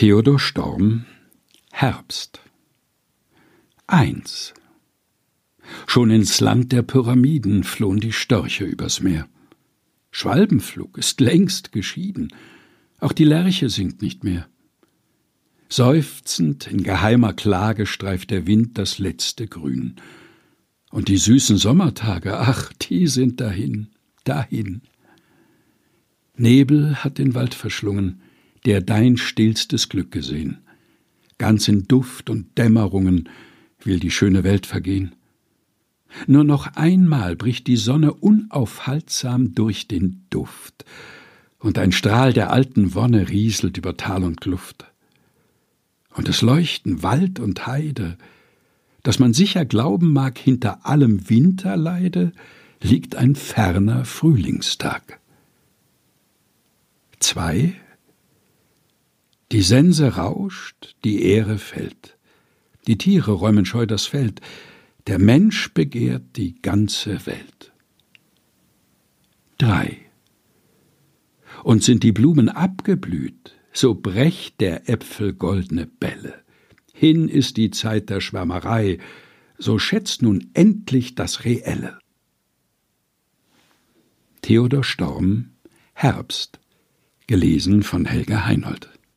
Theodor Storm, Herbst. 1. Schon ins Land der Pyramiden flohen die Störche übers Meer. Schwalbenflug ist längst geschieden, auch die Lerche singt nicht mehr. Seufzend in geheimer Klage streift der Wind das letzte Grün. Und die süßen Sommertage, ach, die sind dahin, dahin. Nebel hat den Wald verschlungen, der dein stillstes Glück gesehen. Ganz in Duft und Dämmerungen will die schöne Welt vergehen. Nur noch einmal bricht die Sonne unaufhaltsam durch den Duft, und ein Strahl der alten Wonne rieselt über Tal und Kluft. Und es leuchten Wald und Heide, dass man sicher glauben mag, hinter allem Winterleide liegt ein ferner Frühlingstag. 2. Die Sense rauscht, die Ähre fällt, die Tiere räumen scheu das Feld, der Mensch begehrt die ganze Welt. 3. Und sind die Blumen abgeblüht, so brecht der Äpfel goldne Bälle. Hin ist die Zeit der Schwärmerei, so schätzt nun endlich das Reelle. Theodor Storm, Herbst, gelesen von Helga Heinold.